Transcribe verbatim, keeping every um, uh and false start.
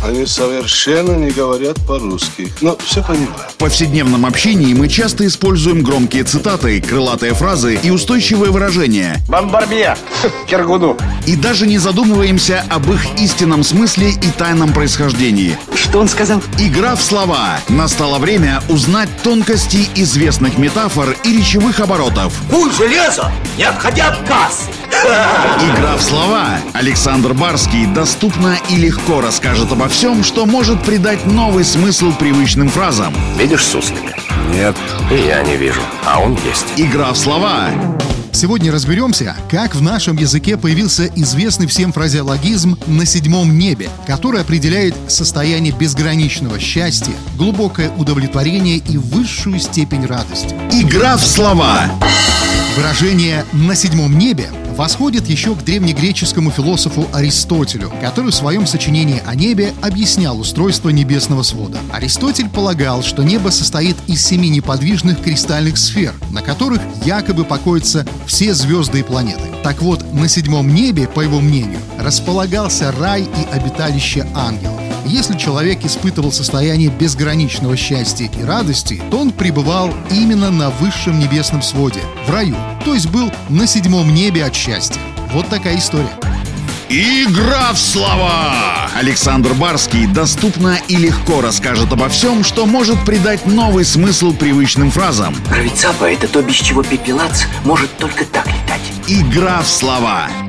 Они совершенно не говорят по-русски, но все понимаю. В повседневном общении мы часто используем громкие цитаты, крылатые фразы и устойчивые выражения. Бомбарбье, Киргуду. И даже не задумываемся об их истинном смысле и тайном происхождении. Что он сказал? Игра в слова. Настало время узнать тонкости известных метафор и речевых оборотов. Куй железо, не отходя от кассы. Игра в слова. Александр Барский доступно и легко расскажет обо всем, что может придать новый смысл привычным фразам. Видишь суслика? Нет. И я не вижу, а он есть. Игра в слова. Сегодня разберемся, как в нашем языке появился известный всем фразеологизм «на седьмом небе», который определяет состояние безграничного счастья, глубокое удовлетворение и высшую степень радости. Игра в слова. Выражение «на седьмом небе» восходит еще к древнегреческому философу Аристотелю, который в своем сочинении о небе объяснял устройство небесного свода. Аристотель полагал, что небо состоит из семи неподвижных кристальных сфер, на которых якобы покоятся все звезды и планеты. Так вот, на седьмом небе, по его мнению, располагался рай и обиталище ангелов. Если человек испытывал состояние безграничного счастья и радости, то он пребывал именно на высшем небесном своде, в раю, то есть был на седьмом небе от счастья. Вот такая история. Игра в слова. Александр Барский доступно и легко расскажет обо всем, что может придать новый смысл привычным фразам. Равицапа — это то, без чего пепелац может только так летать. Игра в слова.